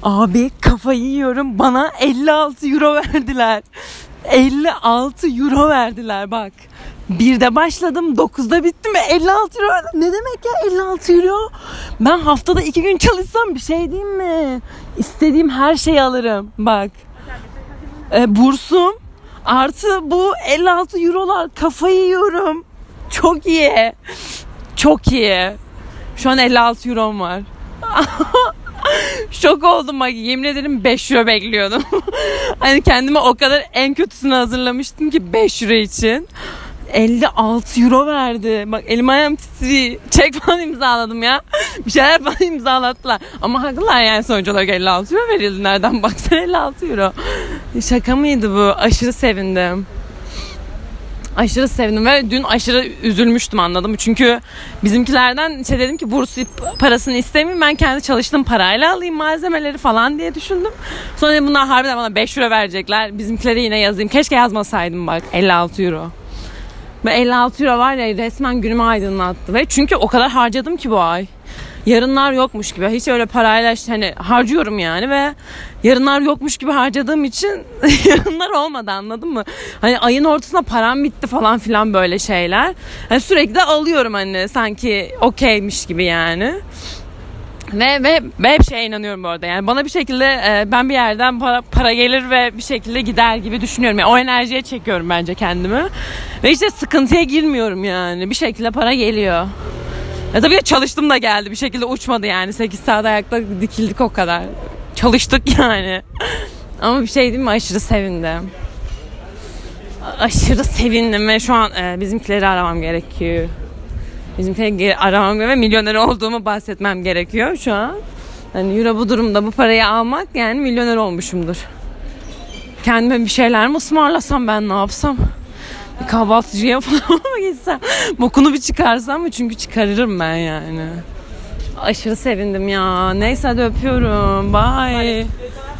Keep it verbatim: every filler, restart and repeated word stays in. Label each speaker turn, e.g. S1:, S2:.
S1: Abi kafayı yiyorum. Bana elli altı euro verdiler. elli altı euro verdiler bak. birde başladım, dokuzda bitti mi? elli altı euro. Ne demek ya elli altı euro? Ben haftada iki gün çalışsam bir şey diyeyim mi? İstediğim her şeyi alırım. Bak. E, bursum artı bu elli altı eurolar, kafayı yiyorum. Çok iyi. Çok iyi. Şu an elli altı eurom var. Şok oldum bak, yemin ederim beş euro bekliyordum. Hani kendime o kadar en kötüsünü hazırlamıştım ki beş euro için. elli altı euro verdi. Bak elim ayağım titriyor. Çek falan imzaladım ya. Bir şeyler falan imzalattılar. Ama haklılar yani, sonuç olarak elli altı euro verildi. Nereden baksan elli altı euro. Şaka mıydı bu? Aşırı sevindim. Aşırı sevindim ve dün aşırı üzülmüştüm, anladın mı? Çünkü bizimkilerden şey dedim ki burs parasını istemeyeyim, ben kendi çalıştığım parayla alayım malzemeleri falan diye düşündüm. Sonra bunlar harbiden bana beş euro verecekler. Bizimkilere yine yazayım. Keşke yazmasaydım bak, elli altı euro. Ve elli altı euro var ya, resmen günümü aydınlattı. Ve çünkü o kadar harcadım ki bu ay. Yarınlar yokmuş gibi. Hiç öyle parayla işte hani harcıyorum yani ve yarınlar yokmuş gibi harcadığım için yarınlar olmadı, anladın mı? Hani ayın ortasında param bitti falan filan, böyle şeyler. Yani sürekli alıyorum hani sanki okeymiş gibi yani. Ve, ve, ve hep şeye inanıyorum bu arada, yani bana bir şekilde e, ben bir yerden para, para gelir ve bir şekilde gider gibi düşünüyorum. Yani o enerjiye çekiyorum bence kendimi. Ve işte sıkıntıya girmiyorum yani. Bir şekilde para geliyor. Ya tabii ya, çalıştım da geldi. Bir şekilde uçmadı yani. sekiz saat ayakta dikildik, o kadar. Çalıştık yani. Ama bir şey diyeyim mi? Aşırı sevindim. Aşırı sevindim ve şu an e, bizimkileri aramam gerekiyor. Bizimkileri aramam ve milyoner olduğumu bahsetmem gerekiyor şu an. Yani euro bu durumda bu parayı almak, yani milyoner olmuşumdur. Kendime bir şeyler mi ısmarlasam, ben ne yapsam? Bir kahvaltıcıya falan mı gitsem? Bokunu bir çıkarsam mı? Çünkü çıkarırım ben yani. Aşırı sevindim ya. Neyse hadi öpüyorum. Bye.